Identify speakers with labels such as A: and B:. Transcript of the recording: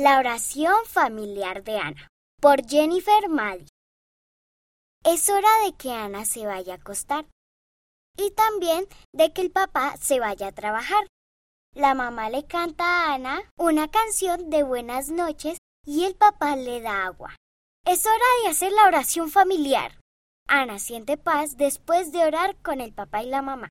A: La oración familiar de Ana, por Jennifer Maddy. Es hora de que Ana se vaya a acostar y también de que el papá se vaya a trabajar. La mamá le canta a Ana una canción de buenas noches y el papá le da agua. Es hora de hacer la oración familiar. Ana siente paz después de orar con el papá y la mamá.